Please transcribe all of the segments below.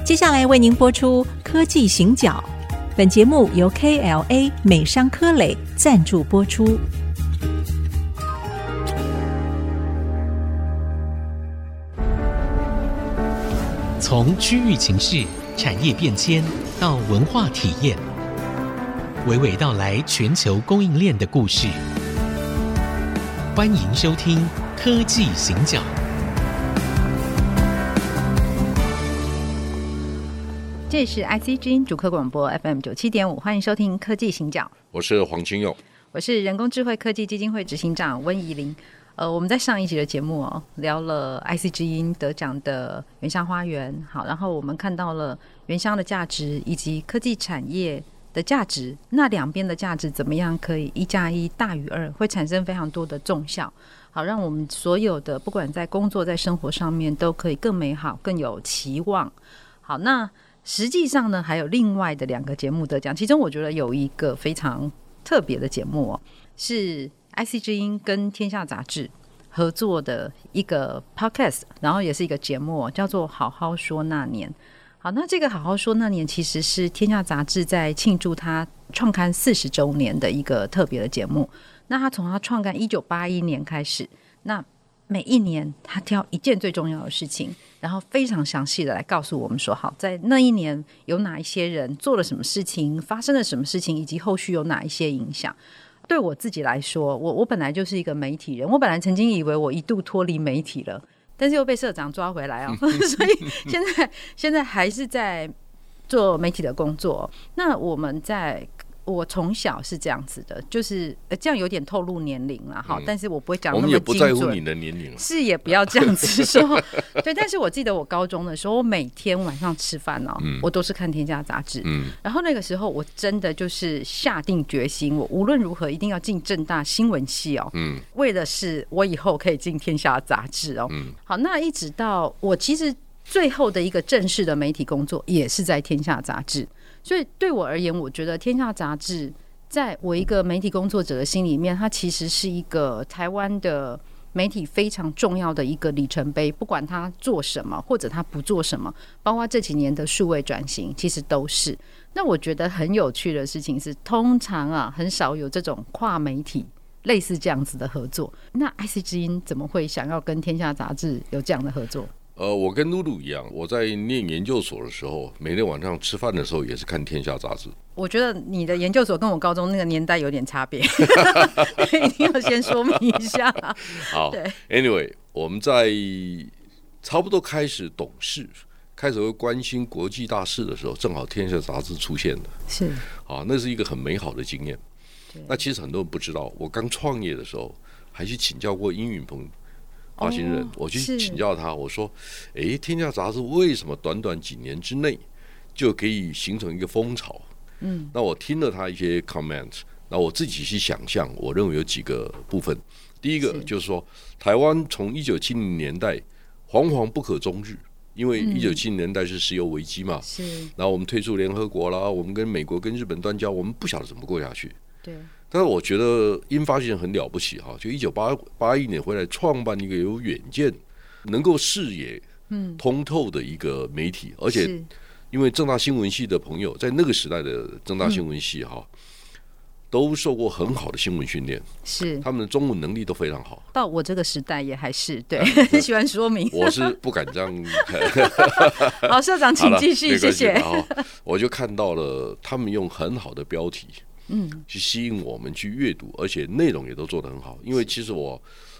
接下来为您播出科技行脚，本节目由 KLA 美商科磊赞助播出。 从区域情势、产业变迁到文化体验，娓娓道来全球供应链的故事。欢迎收听《科技行脚》。 这里是 IC 之音主客广播 FM97.5， 欢迎收听《科技行脚》。 我是黄清佑， 我是人工智慧科技基金会执行长温怡玲。我们在上一集的节目聊了 IC 之音得奖的原乡花园，好，然后我们看到了原乡的价值以及科技产业的价值，那两边的价值怎么样可以1+1大于2，会产生非常多的重效，好，让我们所有的不管在工作在生活上面都可以更美好更有期望。好，那实际上呢还有另外的2个节目得奖，其中我觉得有一个非常特别的节目是IC 之音跟天下杂志合作的一个 podcast， 然后也是一个节目叫做好好说那年。好，那这个好好说那年其实是天下杂志在庆祝它创刊40周年的一个特别的节目。那它从它创刊1981年开始，那每一年他挑一件最重要的事情，然后非常详细的来告诉我们说，好，在那一年有哪一些人做了什么事情，发生了什么事情，以及后续有哪一些影响。对我自己来说，我本来就是一个媒体人，我本来曾经以为我一度脱离媒体了，但是又被社长抓回来所以现在还是在做媒体的工作。那我从小是这样子的，就是这样有点透露年龄了哈，但是我不会讲那么精准。我们也不在乎你的年龄，是也不要这样子说。对，但是我记得我高中的时候，我每天晚上吃饭我都是看天下杂志。然后那个时候我真的就是下定决心，我无论如何一定要进政大新闻系为的是我以后可以进天下杂志好，那一直到我其实最后的一个正式的媒体工作也是在天下杂志。所以对我而言，我觉得天下杂志在我一个媒体工作者的心里面，它其实是一个台湾的媒体非常重要的一个里程碑，不管他做什么或者他不做什么，包括这几年的数位转型其实都是。那我觉得很有趣的事情是，通常很少有这种跨媒体类似这样子的合作。那 IC 之音怎么会想要跟天下杂志有这样的合作？ 我跟露露一样，我在念研究所的时候，每天晚上吃饭的时候也是看天下杂志。我觉得你的研究所跟我高中那个年代有点差别一定要先说明一下好，对 anyway， 我们在差不多开始懂事，开始会关心国际大事的时候，正好天下杂志出现了， 是那是一个很美好的经验。那其实很多人不知道，我刚创业的时候还去请教过殷允鹏发行人，我去请教他，我说天下杂志为什么短短几年之内就可以形成一个风潮？那我听了他一些 comment， 那我自己去想象，我认为有几个部分。第一个就是说，台湾从1970年代惶惶不可终日，因为1970年代是石油危机嘛，然后我们退出联合国啦，我们跟美国跟日本断交，我们不晓得怎么过下去。 对， 但是我觉得殷发行人很了不起就1981年回来创办一个有远见、能够视野通透的一个媒体，而且因为政大新闻系的朋友在那个时代的政大新闻系都受过很好的新闻训练， 是他们的中文能力都非常好。 到我这个时代也还是对，很喜欢说明。 我是不敢这样。 好，社长请继续，谢谢。 我就看到了他们用很好的标题。去吸引我们去阅读，而且内容也都做得很好。因为其实我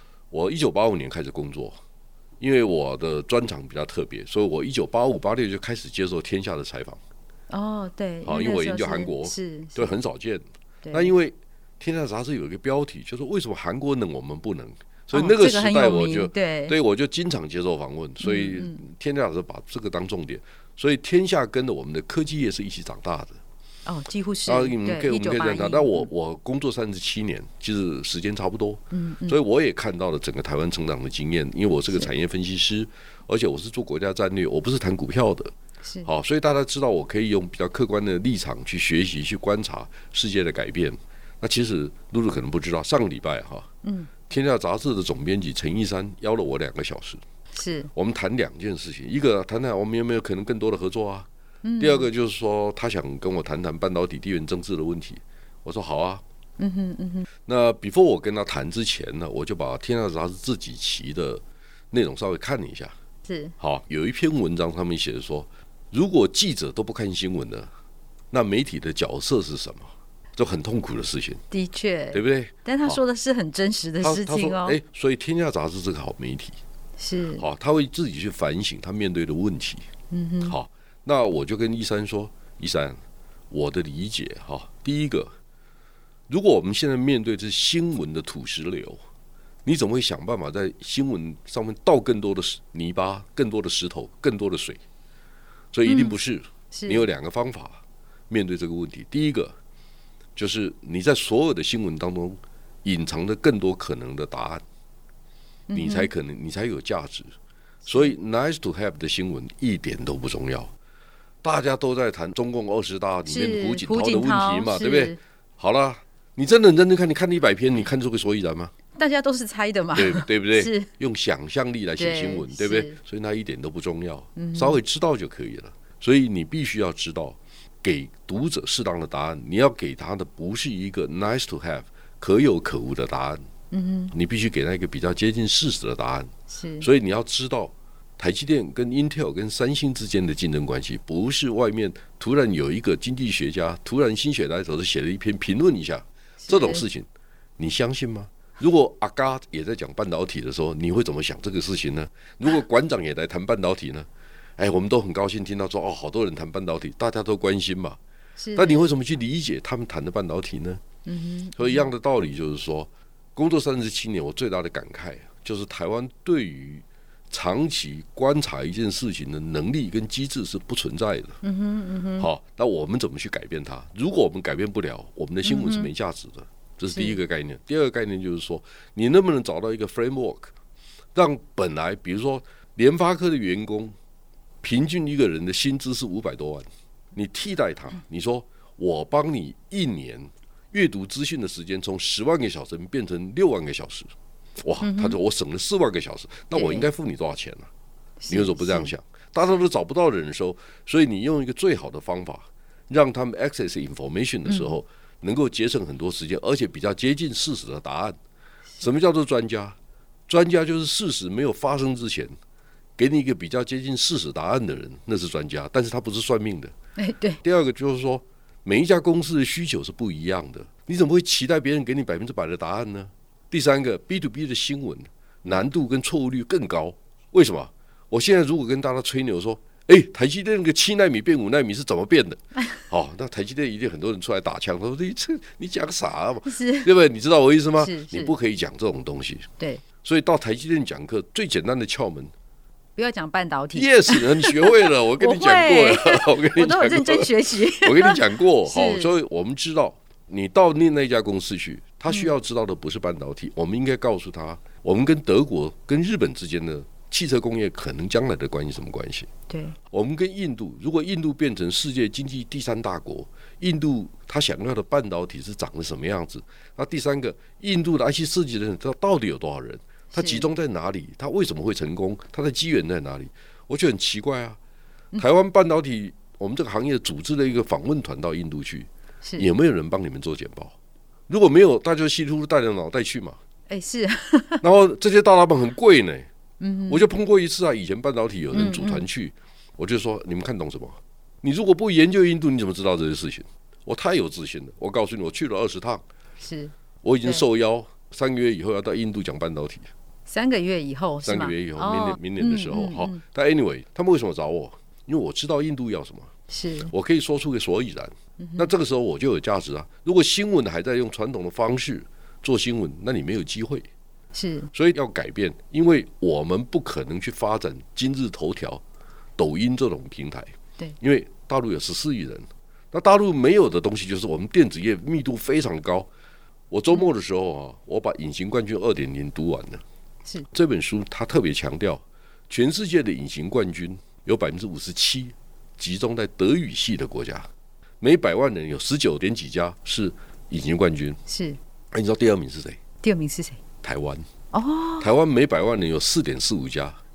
1985年开始工作，因为我的专长比较特别，所以我1985、86就开始接受天下的采访。 对， 因为我研究韩国，对，很少见。那因为天下杂志有一个标题，就是为什么韩国能我们不能？所以那个时代我就对我就经常接受访问，所以天下杂志把这个当重点，所以天下跟着我们的科技业是一起长大的。 几乎是。 我们可以这样讲。但我工作37年，其实时间差不多，所以我也看到了整个台湾成长的经验。因为我是个产业分析师，而且我是做国家战略，我不是谈股票的。好，所以大家知道我可以用比较客观的立场去学习、去观察世界的改变。那其实露露可能不知道，上个礼拜天下杂志的总编辑陈一山邀了我2个小时。 是我们谈2件事情，一个谈谈我们有没有可能更多的合作啊，第二个就是说他想跟我谈谈半导体地缘政治的问题，我说好啊。那 before 我跟他谈之前呢，我就把天下杂志自己期的内容稍微看了一下。 是好，有一篇文章上面写的说，如果记者都不看新闻的，那媒体的角色是什么？这很痛苦的事情。 的确， 对不对？ 但他说的是很真实的事情哦。 所以天下杂志是个好媒体， 是好，他会自己去反省他面对的问题。好，那我就跟一山说，一山，我的理解哈，第一个，如果我们现在面对这新闻的土石流，你怎么会想办法在新闻上面倒更多的泥巴、更多的石头、更多的水？所以一定不是。你有2个方法面对这个问题。第一个就是你在所有的新闻当中隐藏着更多可能的答案，你才有价值。所以 nice to have 的新闻一点都不重要。大家都在谈中共20大里面胡锦涛的问题嘛，对不对？好了，你真的很认真看，你看100篇，你看出个所以然吗？ 大家都是猜的嘛， 对不对？ 是用想象力来写新闻，对不对？所以那一点都不重要，稍微知道就可以了。所以你必须要知道，给读者适当的答案。你要给他的不是一个 nice to have 可有可无的答案，你必须给他一个比较接近事实的答案。所以你要知道，台积电跟 Intel 跟三星之间的竞争关系，不是外面突然有一个经济学家突然心血来潮的写了一篇评论一下，这种事情你相信吗？如果阿嘎也在讲半导体的时候，你会怎么想这个事情呢？如果馆长也来谈半导体呢？我们都很高兴听到说好多人谈半导体，大家都关心嘛。但你为什么去理解他们谈的半导体呢？所以一样的道理就是说，工作37年，我最大的感慨就是台湾对于长期观察一件事情的能力跟机制是不存在的。好，那我们怎么去改变它？如果我们改变不了，我们的新闻是没价值的。这是第一个概念。第二个概念就是说，你能不能找到一个 framework， 让本来比如说联发科的员工平均一个人的薪资是500多万，你替代他，你说我帮你1年阅读资讯的时间从10万个小时变成6万个小时，哇，他说我省了4万个小时，那我应该付你多少钱呢？你为什么不这样想？大家都找不到人收，所以你用一个最好的方法，让他们 access information 的时候，能够节省很多时间，而且比较接近事实的答案。什么叫做专家？专家就是事实没有发生之前，给你一个比较接近事实答案的人，那是专家，但是他不是算命的。 对。 第二个就是说，每一家公司的需求是不一样的，你怎么会期待别人给你100%的答案呢？第三个 B to B 的新闻难度跟错误率更高，为什么？我现在如果跟大家吹牛说，台积电那个7奈米变5奈米是怎么变的？那台积电一定很多人出来打枪，他说你讲啥嘛？对不对？你知道我意思吗？你不可以讲这种东西。 对， 所以到台积电讲课最简单的窍门， 不要讲半导体。 Yes， 你学会了，我跟你讲过了， 我都有认真学习。 我跟你讲过，所以我们知道，你到那家公司去，他需要知道的不是半导体，我们应该告诉他，我们跟德国、跟日本之间的汽车工业可能将来的关系什么关系？ 对， 我们跟印度，如果印度变成世界经济第3大国，印度他想要的半导体是长得什么样子？那第三个，印度的 IC 设计的人到底有多少人？他集中在哪里？他为什么会成功？他的机缘在哪里？我觉得很奇怪啊。台湾半导体，我们这个行业组织了一个访问团到印度去，有没有人帮你们做简报？如果没有，大家就稀里糊涂带着脑袋去嘛。 是。 然后这些大老板很贵呢。我就碰过一次啊，以前半导体有人组团去，我就说你们看懂什么？你如果不研究印度，你怎么知道这些事情？我太有自信了，我告诉你，我去了20趟，我已经受邀3个月以后要到印度讲半导体。 3个月以后是吗 ？3个月以后，明年的时候，好。但 anyway， 他们为什么找我？因为我知道印度要什么，我可以说出个所以然。那这个时候我就有价值啊。如果新闻还在用传统的方式做新闻，那你没有机会。所以要改变，因为我们不可能去发展今日头条、抖音这种平台。 对， 因为大陆有14亿人，那大陆没有的东西就是我们电子业密度非常高。我周末的时候啊，我把《隐形冠军 2.0》读完了。这本书它特别强调，全世界的隐形冠军有57%集中在德语系的国家，每100万人有19点几家是隐形冠军。你知道第2名是谁？ 第2名是谁？ 台湾。台湾每100万人有4.45家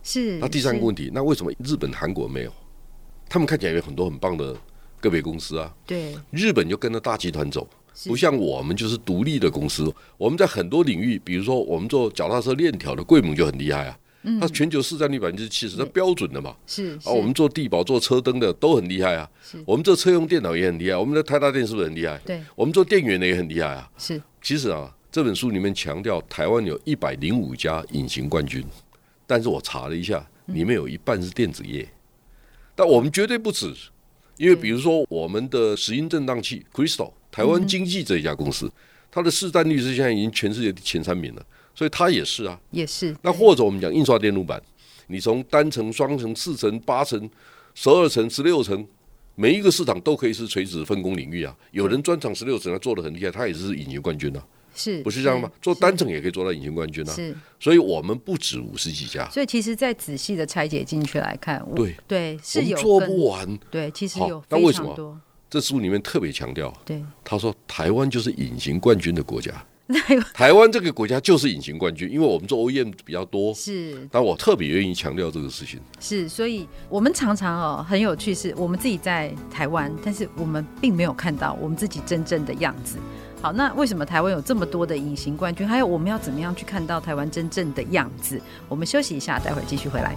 是。 那第三个问题，那为什么日本、韩国没有？他们看起来有很多很棒的个别公司啊。 对。 日本就跟着大集团走，不像我们就是独立的公司。我们在很多领域，比如说我们做脚踏车链条的贵盟就很厉害啊。它全球市占率70%，它标准的嘛。 是啊，我们做地保、做车灯的都很厉害啊。我们做车用电脑也很厉害，我们的台达电是不是很厉害？ 对， 我们做电源的也很厉害啊。 是， 其实啊，这本书里面强调台湾有105家隐形冠军，但是我查了一下，里面有一半是电子业，但我们绝对不止，因为比如说我们的石英振荡器 Crystal， 台湾经济这一家公司，它的市占率是现在已经全世界前3名了。所以它也是啊， 也是。 那或者我们讲印刷电路板，你从单层、双层、4层、8层、12层、16层，每一个市场都可以是垂直分工领域啊。有人专长16层，他做得很厉害，他也是隐形冠军啊， 是不是这样吗？做单层也可以做到隐形冠军啊。 是， 所以我们不止50几家。 所以其实，再仔细的拆解进去来看，对，是有我们做不完。 对，其实有非常多。那为什么？这书里面特别强调， 对， 他说台湾就是隐形冠军的国家。台湾这个国家就是隐形冠军，因为我们做 OEM 比较多， 是。 但我特别愿意强调这个事情， 是。所以我们常常很有趣，是我们自己在台湾，但是我们并没有看到我们自己真正的样子。好，那为什么台湾有这么多的隐形冠军？还有我们要怎么样去看到台湾真正的样子？我们休息一下，待会儿继续回来。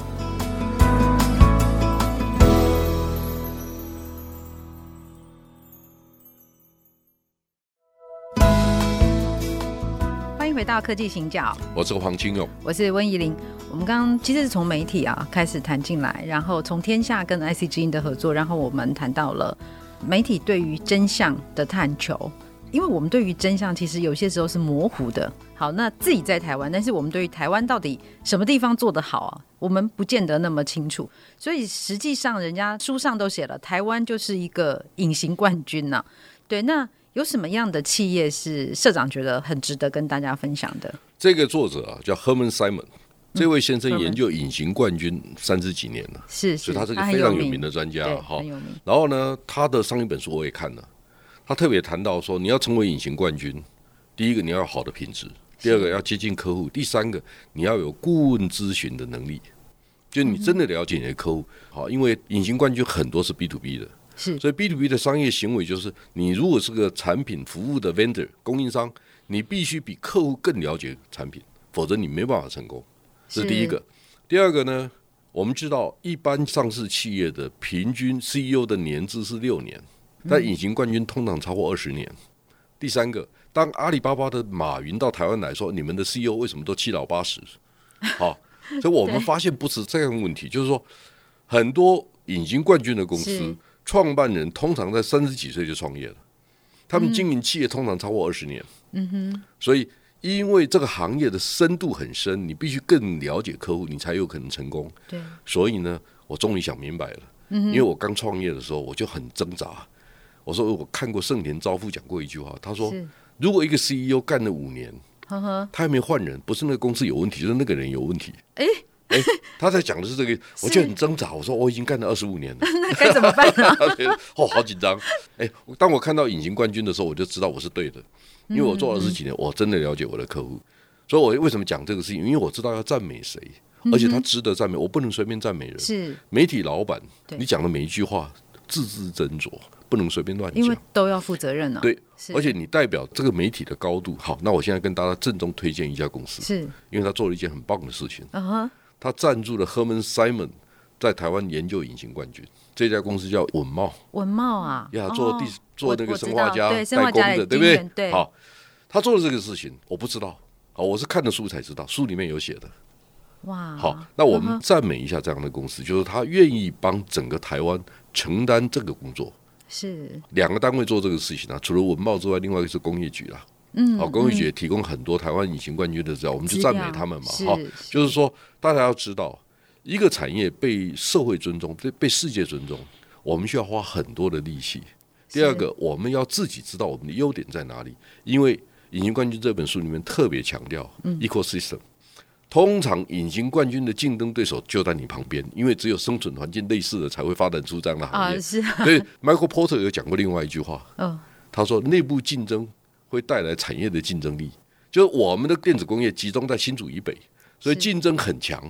回到科技行脚， 我是黄清勇， 我是温怡玲。我们刚刚其实是从媒体开始谈进来，然后从天下跟 IC 之音的合作，然后我们谈到了媒体对于真相的探求，因为我们对于真相其实有些时候是模糊的。好，那自己在台湾，但是我们对于台湾到底什么地方做得好我们不见得那么清楚。所以实际上人家书上都写了，台湾就是一个隐形冠军对，那有什么样的企业是社长觉得很值得跟大家分享的？ 这个作者叫 Herman Simon， 这位先生研究隐形冠军30几年了，所以他是个非常有名的专家。然后呢，他的上一本书我也看了，他特别谈到说，你要成为隐形冠军，第一个你要有好的品质，第二个要接近客户，第三个你要有顾问咨询的能力，就你真的了解你的客户。好，因为隐形冠军很多是 B2B 的。所以 B2B 的商业行为就是，你如果是个产品服务的 vendor 供应商，你必须比客户更了解产品，否则你没办法成功。这是第一个。第二个呢，我们知道一般上市企业的平均 CEO 的年资是6年，但隐形冠军通常超过20年。第三个，当阿里巴巴的马云到台湾来说，你们的 CEO 为什么都7老80？好，所以我们发现不是这样的问题，就是说很多隐形冠军的公司。创办人通常在30几岁就创业了，他们经营企业通常超过20年。所以因为这个行业的深度很深，你必须更了解客户，你才有可能成功。 对， 所以呢，我终于想明白了。因为我刚创业的时候，我就很挣扎。我说我看过盛田昭夫讲过一句话，他说如果一个 CEO 干了5年，他还没换人，不是那个公司有问题，就是那个人有问题。他在讲的是这个，我就很挣扎。我说我已经干了25年了， 那该怎么办呢？ 好紧张。当我看到隐形冠军的时候，我就知道我是对的，因为我做20几年，我真的了解我的客户。所以我为什么讲这个事情？因为我知道要赞美谁，而且他值得赞美，我不能随便赞美人。 是媒体老板，你讲的每一句话字字斟酌，不能随便乱讲， 因为都要负责任啊。 对，而且你代表这个媒体的高度。好，那我现在跟大家郑重推荐一家公司，是因为他做了一件很棒的事情。他赞助了 Herman Simon 在台湾研究隐形冠军，这家公司叫文茂。文茂啊，做那个生化家代工的，对不对？对。好，他做了这个事情，我不知道，我是看了书才知道，书里面有写的。哇，好，那我们赞美一下这样的公司，就是他愿意帮整个台湾承担这个工作。是2个单位做这个事情除了文茂之外，另外一个是工业局啦。工业局也提供很多台湾隐形冠军的资料，我们就赞美他们嘛。就是说大家要知道，一个产业被社会尊重，被世界尊重，我们需要花很多的力气。第二个，我们要自己知道我们的优点在哪里，因为隐形冠军这本书里面特别强调 ecosystem。通常隐形冠军的竞争对手就在你旁边，因为只有生存环境类似的才会发展出这样的行业。所以 Michael Porter 有讲过另外一句话，他说内部竞争会带来产业的竞争力，就是我们的电子工业集中在新竹以北，所以竞争很强，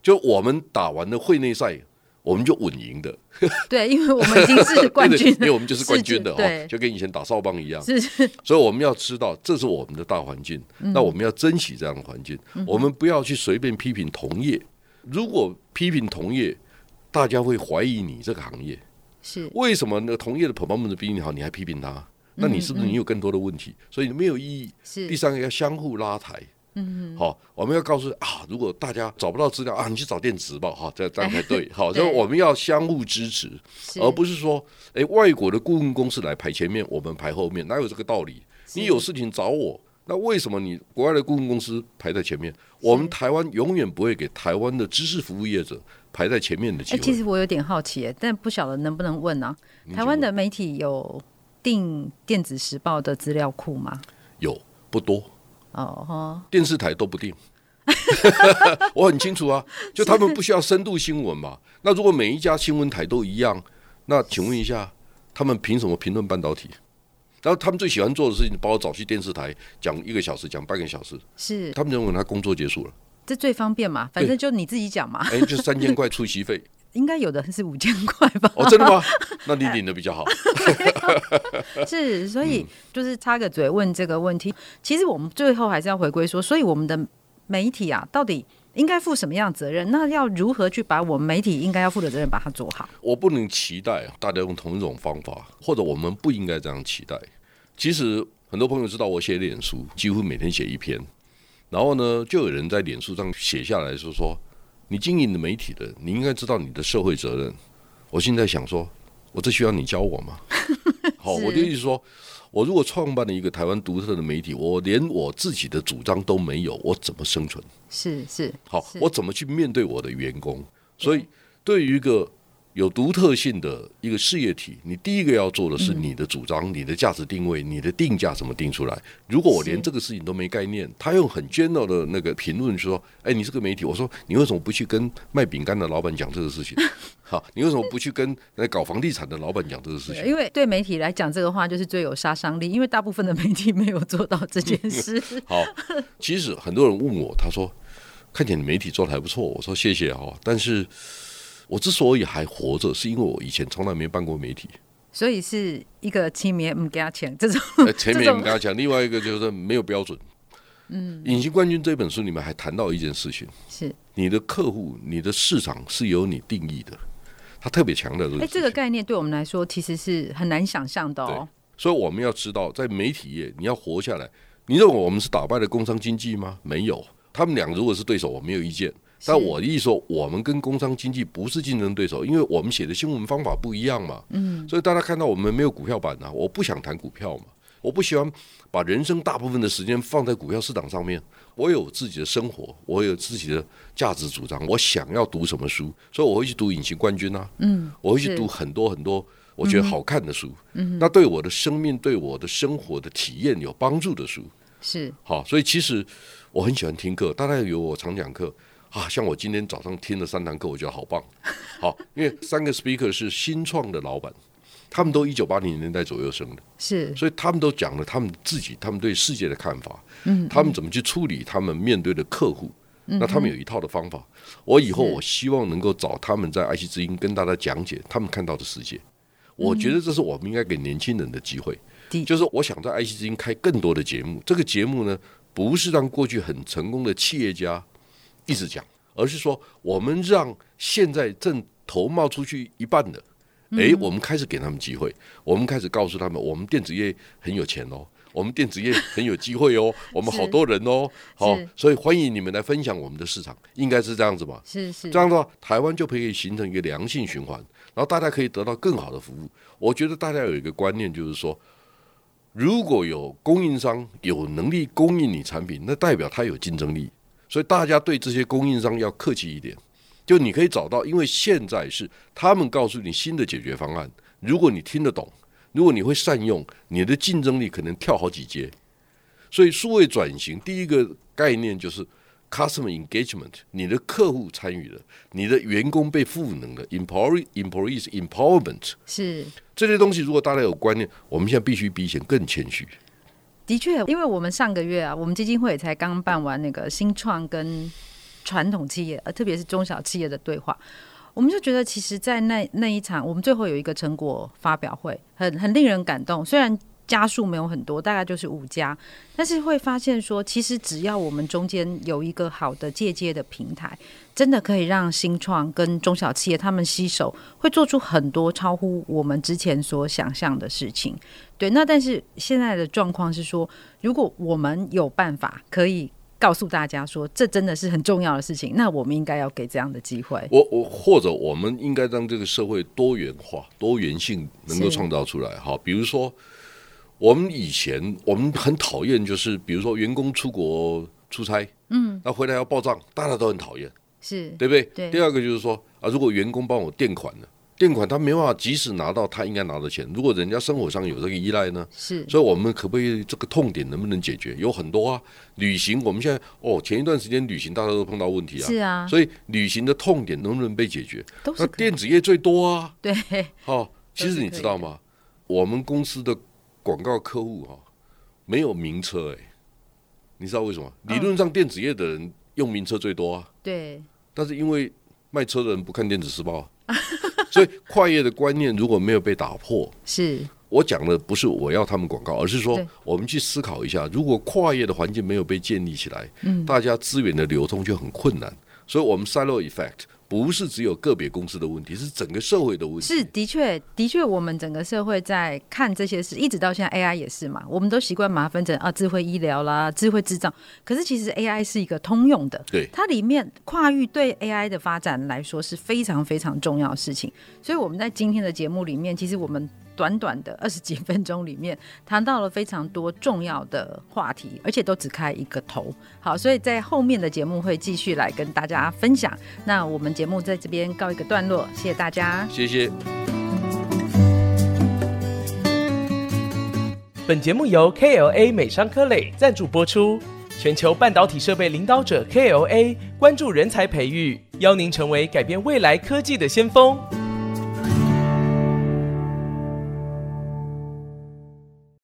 就我们打完了会内赛，我们就稳赢的。 对，因为我们已经是冠军了， 因为我们就是冠军的对， 就跟以前打少棒一样。 是， 所以我们要知道这是我们的大环境，那我们要珍惜这样的环境，我们不要去随便批评同业。如果批评同业，大家会怀疑你这个行业。 是为什么呢？同业的 performance 比你好，你还批评他？那你是不是你有更多的问题？所以没有意义。第三个要相互拉抬。好，我们要告诉如果大家找不到资料你去找电子报这样才对。好，所以我们要相互支持，而不是说，外国的顾问公司来排前面，我们排后面，哪有这个道理？你有事情找我，那为什么你国外的顾问公司排在前面？我们台湾永远不会给台湾的知识服务业者排在前面的机会。 其实我有点好奇，但不晓得能不能问啊？台湾的媒体有订电子时报的资料库吗？ 有，不多。电视台都不定。我很清楚啊，就他们不需要深度新闻嘛。那如果每一家新闻台都一样，那请问一下，他们凭什么评论半导体？然后他们最喜欢做的事情，把我找去电视台讲1个小时，讲半个小时， 是他们认为他工作结束了， 这最方便嘛，反正就你自己讲嘛。 就3000块出席费。 应该有的是5000块吧？ 真的吗？那你领的比较好。 是，所以就是插个嘴问这个问题。其实我们最后还是要回归说，所以我们的媒体到底应该负什么样的责任？那要如何去把我们媒体应该要负的责任把它做好？ 我不能期待大家用同一种方法，或者我们不应该这样期待。其实很多朋友知道我写脸书，几乎每天写1篇，然后呢，就有人在脸书上写下来说你经营的媒体的，你应该知道你的社会责任。我现在想说，我这需要你教我吗？好，我的意思说，我如果创办了一个台湾独特的媒体，我连我自己的主张都没有，我怎么生存？ 是好，我怎么去面对我的员工？所以，对于一个有独特性的一个事业体，你第一个要做的是你的主张、你的价值定位、你的定价怎么定出来。如果我连这个事情都没概念，他用很 general 的那个评论说：“你是个媒体。”我说：“你为什么不去跟卖饼干的老板讲这个事情？好，你为什么不去跟搞房地产的老板讲这个事情？” 因为对媒体来讲，这个话就是最有杀伤力，因为大部分的媒体没有做到这件事。 好，其实很多人问我，他说：“看起来你媒体做得还不错。”我说：“谢谢哈。”但是我之所以还活着，是因为我以前从来没办过媒体， 所以是一个前面不给他钱这种， 前面不给他讲。另外一个就是没有标准。隐形冠军这本书里面还谈到一件事情，是你的客户、你的市场是由你定义的，他特别强调这个。 这个概念对我们来说其实是很难想象的哦。 所以我们要知道，在媒体业你要活下来，你认为我们是打败了工商经济吗？没有，他们俩如果是对手，我没有意见。但我的意思说，我们跟工商经济不是竞争对手，因为我们写的新闻方法不一样嘛。所以大家看到我们没有股票版啊，我不想谈股票嘛，我不喜欢把人生大部分的时间放在股票市场上面。我有自己的生活，我有自己的价值主张，我想要读什么书，所以我会去读《隐形冠军》啊，我会去读很多很多我觉得好看的书，那对我的生命、对我的生活的体验有帮助的书。是好，所以其实我很喜欢听课，大概有我常讲课。像我今天早上听了3堂课，我觉得好棒。好，因为3个 speaker 是新创的老板，他们都1980年代左右生的，是，所以他们都讲了他们自己、他们对世界的看法，他们怎么去处理他们面对的客户，那他们有一套的方法。我以后我希望能够找他们在爱惜之音跟大家讲解他们看到的世界。我觉得这是我们应该给年轻人的机会，就是我想在爱惜之音开更多的节目。这个节目呢，不是让过去很成功的企业家一直讲，而是说我们让现在正头冒出去一半的，我们开始给他们机会，我们开始告诉他们，我们电子业很有钱哦，我们电子业很有机会哦，我们好多人哦，好，所以欢迎你们来分享我们的市场，应该是这样子吧？是这样的话，台湾就可以形成一个良性循环，然后大家可以得到更好的服务。我觉得大家有一个观念，就是说，如果有供应商有能力供应你产品，那代表他有竞争力。所以大家对这些供应商要客气一点，就你可以找到，因为现在是他们告诉你新的解决方案，如果你听得懂，如果你会善用，你的竞争力可能跳好几阶。所以数位转型第一个概念就是 customer engagement， 你的客户参与了，你的员工被赋能了 employees empowerment， 是这些东西如果大家有观念，我们现在必须比以前更谦虚。 的确，因为我们上个月我们基金会才刚办完那个新创跟传统企业，特别是中小企业的对话。我们就觉得，其实，在那一场，我们最后有一个成果发表会，很令人感动。虽然家数没有很多，大概就是5家，但是会发现说，其实只要我们中间有一个好的借鉴的平台，真的可以让新创跟中小企业他们携手，会做出很多超乎我们之前所想象的事情。对，那但是现在的状况是说，如果我们有办法可以告诉大家说这真的是很重要的事情，那我们应该要给这样的机会。 或者我们应该让这个社会多元化、多元性能够创造出来。好，比如说我们以前我们很讨厌，就是比如说员工出国出差，那回来要报账，大家都很讨厌， 是对不对？ 对。 第二个就是说如果员工帮我垫款了。垫款他没办法及时拿到他应该拿的钱，如果人家生活上有这个依赖呢？ 是， 所以我们可不可以这个痛点能不能解决？有很多啊，旅行我们现在前一段时间旅行大家都碰到问题啊， 是啊， 所以旅行的痛点能不能被解决？ 都是那电子业最多啊， 对， 其实你知道吗？我们公司的广告客户没有名车你知道为什么？理论上电子业的人用名车最多啊， 对， 但是因为卖车的人不看电子时报所以跨业的观念如果没有被打破， 是我讲的不是我要他们广告，而是说我们去思考一下，如果跨业的环境没有被建立起来，大家资源的流通就很困难。所以我们 silo effect 不是只有个别公司的问题，是整个社会的问题。 是的确，我们整个社会在看这些事，一直到现在 AI 也是嘛，我们都习惯把它分成智慧医疗啦、智慧制造，可是其实 AI 是一个通用的， 对， 它里面跨域对 AI 的发展来说是非常非常重要的事情。所以我们在今天的节目里面，其实我们短短的20几分钟里面谈到了非常多重要的话题，而且都只开一个头。好，所以在后面的节目会继续来跟大家分享。那我们节目在这边告一个段落，谢谢大家， 谢谢。 本节目由 KLA 美商科磊赞助播出。全球半导体设备领导者 KLA 关注人才培育，邀您成为改变未来科技的先锋。